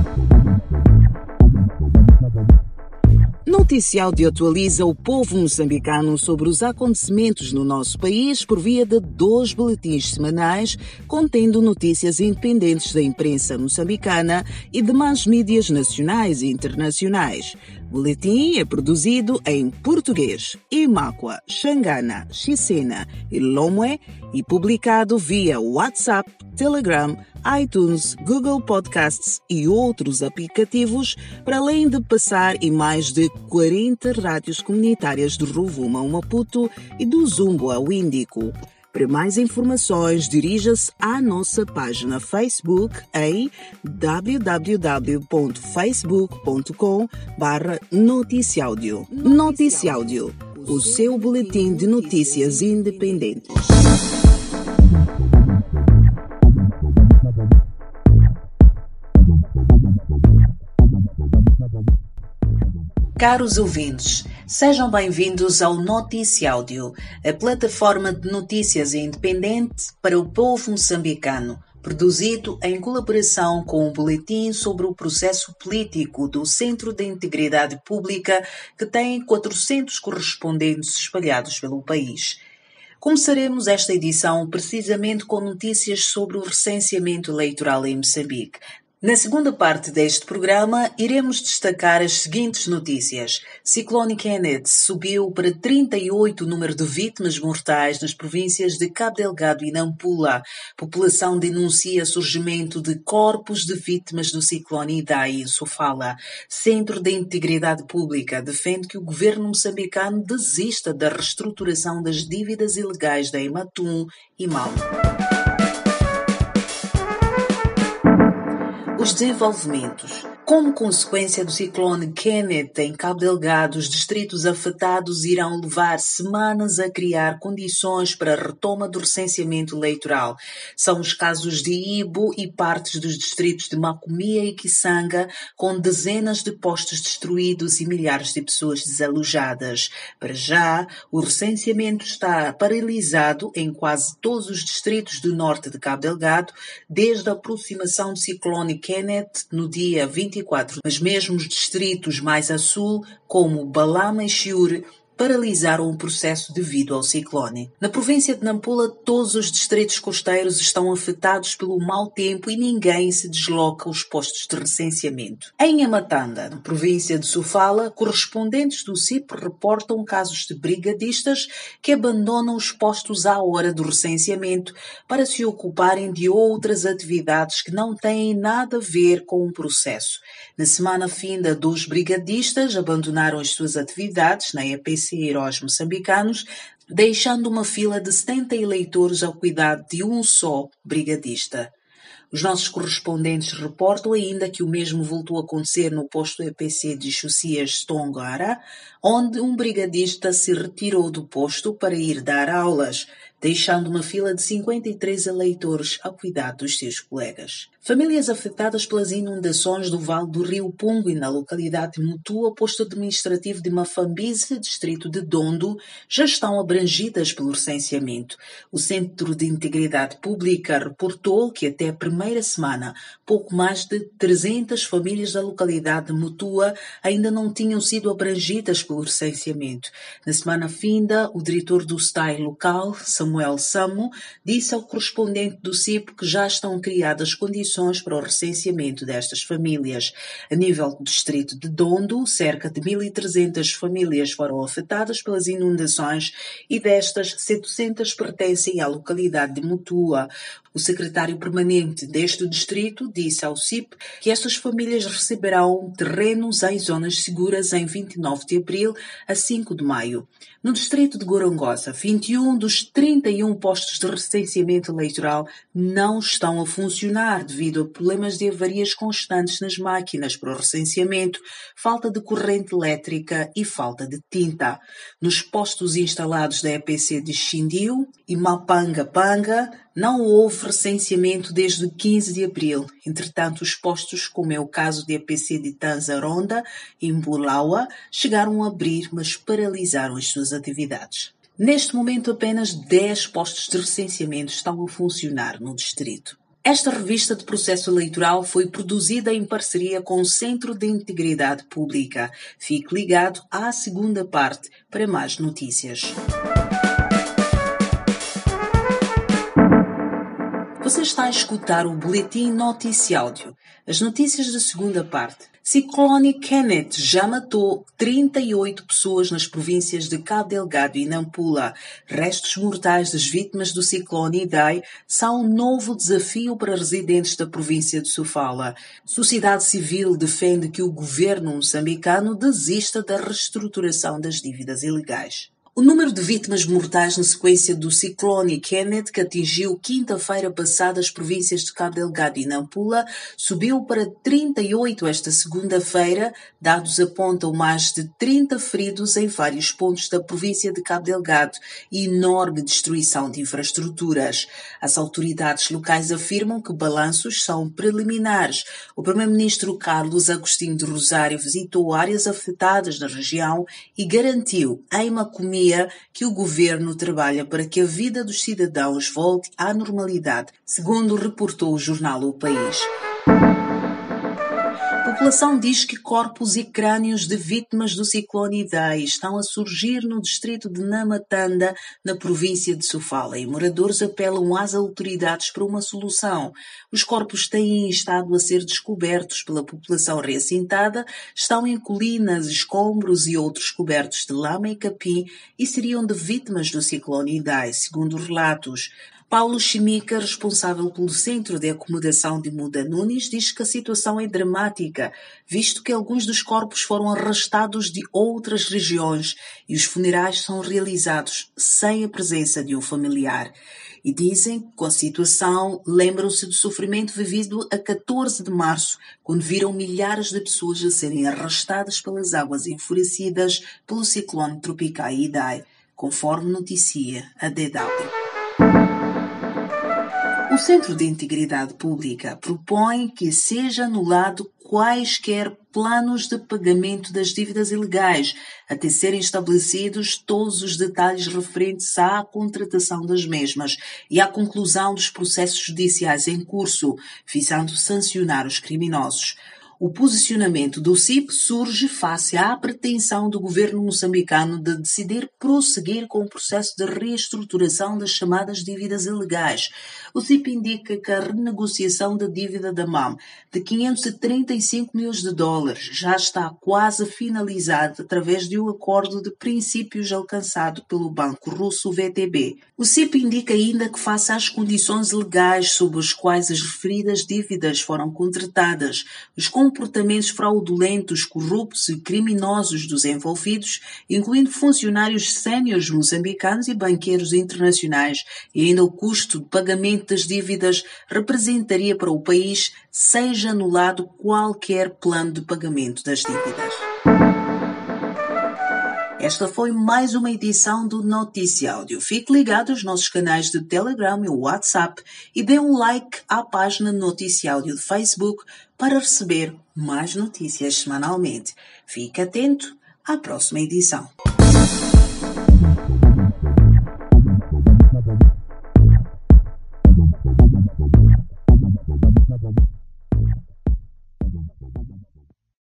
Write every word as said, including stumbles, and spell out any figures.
Noticiáudio atualiza o povo moçambicano sobre os acontecimentos no nosso país por via de dois boletins semanais contendo notícias independentes da imprensa moçambicana e demais mídias nacionais e internacionais. O boletim é produzido em português, Imáqua, Xangana, Xicena e Lomé e publicado via WhatsApp, Telegram, iTunes, Google Podcasts e outros aplicativos, para além de passar em mais de quarenta rádios comunitárias do Rovuma ao Maputo e do Zumbo ao Índico. Para mais informações, dirija-se à nossa página Facebook em w w w ponto facebook ponto com barra noticiáudio. Noticiáudio, o seu boletim de notícias independentes. Caros ouvintes, sejam bem-vindos ao Noticiáudio, a plataforma de notícias independente para o povo moçambicano, produzido em colaboração com o Boletim sobre o Processo Político do Centro de Integridade Pública, que tem quatrocentos correspondentes espalhados pelo país. Começaremos esta edição precisamente com notícias sobre o recenseamento eleitoral em Moçambique. Na segunda parte deste programa, iremos destacar as seguintes notícias. Ciclone Kenneth subiu para trinta e oito o número de vítimas mortais nas províncias de Cabo Delgado e Nampula. População denuncia surgimento de corpos de vítimas do ciclone Idai em Sofala. Centro de Integridade Pública defende que o governo moçambicano desista da reestruturação das dívidas ilegais da Ematum e Mal. Os desenvolvimentos. Como consequência do ciclone Kenneth em Cabo Delgado, os distritos afetados irão levar semanas a criar condições para a retoma do recenseamento eleitoral. São os casos de Ibo e partes dos distritos de Macomia e Kisanga, com dezenas de postos destruídos e milhares de pessoas desalojadas. Para já, o recenseamento está paralisado em quase todos os distritos do norte de Cabo Delgado, desde a aproximação do ciclone Kenneth no dia vinte e quatro, mas mesmo os distritos mais a sul, como Balama e Chiure, paralisaram o processo devido ao ciclone. Na província de Nampula, todos os distritos costeiros estão afetados pelo mau tempo e ninguém se desloca aos postos de recenseamento. Em Amatanda, na província de Sofala, correspondentes do C I P reportam casos de brigadistas que abandonam os postos à hora do recenseamento para se ocuparem de outras atividades que não têm nada a ver com o processo. Na semana finda, dois brigadistas abandonaram as suas atividades na E P C Heróis Moçambicanos, deixando uma fila de setenta eleitores ao cuidado de um só brigadista. Os nossos correspondentes reportam ainda que o mesmo voltou a acontecer no posto E P C de Xucias Tongara, onde um brigadista se retirou do posto para ir dar aulas, deixando uma fila de cinquenta e três eleitores ao cuidado dos seus colegas. Famílias afetadas pelas inundações do Vale do Rio Pungo e na localidade de Mutua, posto administrativo de Mafambize, distrito de Dondo, já estão abrangidas pelo recenseamento. O Centro de Integridade Pública reportou que até a primeira semana, pouco mais de trezentas famílias da localidade de Mutua ainda não tinham sido abrangidas pelo recenseamento. Na semana finda, o diretor do S T A I local, Samuel Samo, disse ao correspondente do C I P que já estão criadas condições para o recenseamento destas famílias. A nível do distrito de Dondo, cerca de mil e trezentas famílias foram afetadas pelas inundações e destas, setecentas pertencem à localidade de Mutua. O secretário permanente deste distrito disse ao C I P que estas famílias receberão terrenos em zonas seguras em vinte e nove de abril a cinco de maio. No distrito de Gorongosa, vinte e um dos trinta e um postos de recenseamento eleitoral não estão a funcionar devido a problemas de avarias constantes nas máquinas para o recenseamento, falta de corrente elétrica e falta de tinta. Nos postos instalados da E P C de Xindiu e Mapanga-Panga, não houve recenseamento desde quinze de abril. Entretanto, os postos, como é o caso da E P C de Tanzaronda e Mbulaua, chegaram a abrir, mas paralisaram as suas atividades. Neste momento, apenas dez postos de recenseamento estão a funcionar no distrito. Esta revista de processo eleitoral foi produzida em parceria com o Centro de Integridade Pública. Fique ligado à segunda parte para mais notícias. Você está a escutar o Boletim Noticiáudio. As notícias da segunda parte. Ciclone Kenneth já matou trinta e oito pessoas nas províncias de Cabo Delgado e Nampula. Restos mortais das vítimas do ciclone Idai são um novo desafio para residentes da província de Sofala. Sociedade civil defende que o governo moçambicano desista da reestruturação das dívidas ilegais. O número de vítimas mortais na sequência do ciclone Kenneth, que atingiu quinta-feira passada as províncias de Cabo Delgado e Nampula, subiu para trinta e oito esta segunda-feira. Dados apontam mais de trinta feridos em vários pontos da província de Cabo Delgado e enorme destruição de infraestruturas. As autoridades locais afirmam que balanços são preliminares. O primeiro-ministro Carlos Agostinho de Rosário visitou áreas afetadas na região e garantiu em Macomia que o governo trabalha para que a vida dos cidadãos volte à normalidade, segundo reportou o jornal O País. A população diz que corpos e crânios de vítimas do ciclone Idai estão a surgir no distrito de Namatanda, na província de Sofala, e moradores apelam às autoridades para uma solução. Os corpos têm estado a ser descobertos pela população reassentada, estão em colinas, escombros e outros cobertos de lama e capim e seriam de vítimas do ciclone Idai, segundo relatos. Paulo Chimica, responsável pelo Centro de Acomodação de Muda Nunes, diz que a situação é dramática, visto que alguns dos corpos foram arrastados de outras regiões e os funerais são realizados sem a presença de um familiar. E dizem que com a situação lembram-se do sofrimento vivido a catorze de março, quando viram milhares de pessoas a serem arrastadas pelas águas enfurecidas pelo ciclone tropical Idai, conforme noticia a D W. O Centro de Integridade Pública propõe que seja anulado quaisquer planos de pagamento das dívidas ilegais, até serem estabelecidos todos os detalhes referentes à contratação das mesmas e à conclusão dos processos judiciais em curso, visando sancionar os criminosos. O posicionamento do C I P surge face à pretensão do governo moçambicano de decidir prosseguir com o processo de reestruturação das chamadas dívidas ilegais. O C I P indica que a renegociação da dívida da M A M de quinhentos e trinta e cinco milhões de dólares já está quase finalizada através de um acordo de princípios alcançado pelo banco russo V T B. O C I P indica ainda que, face às condições legais sob as quais as referidas dívidas foram contratadas, os comportamentos fraudulentos, corruptos e criminosos dos envolvidos, incluindo funcionários séniores moçambicanos e banqueiros internacionais, e ainda o custo de pagamento das dívidas, representaria para o país seja anulado qualquer plano de pagamento das dívidas. Esta foi mais uma edição do Noticiáudio. Fique ligado aos nossos canais de Telegram e WhatsApp e dê um like à página Noticiáudio de Facebook para receber mais notícias semanalmente. Fique atento à próxima edição.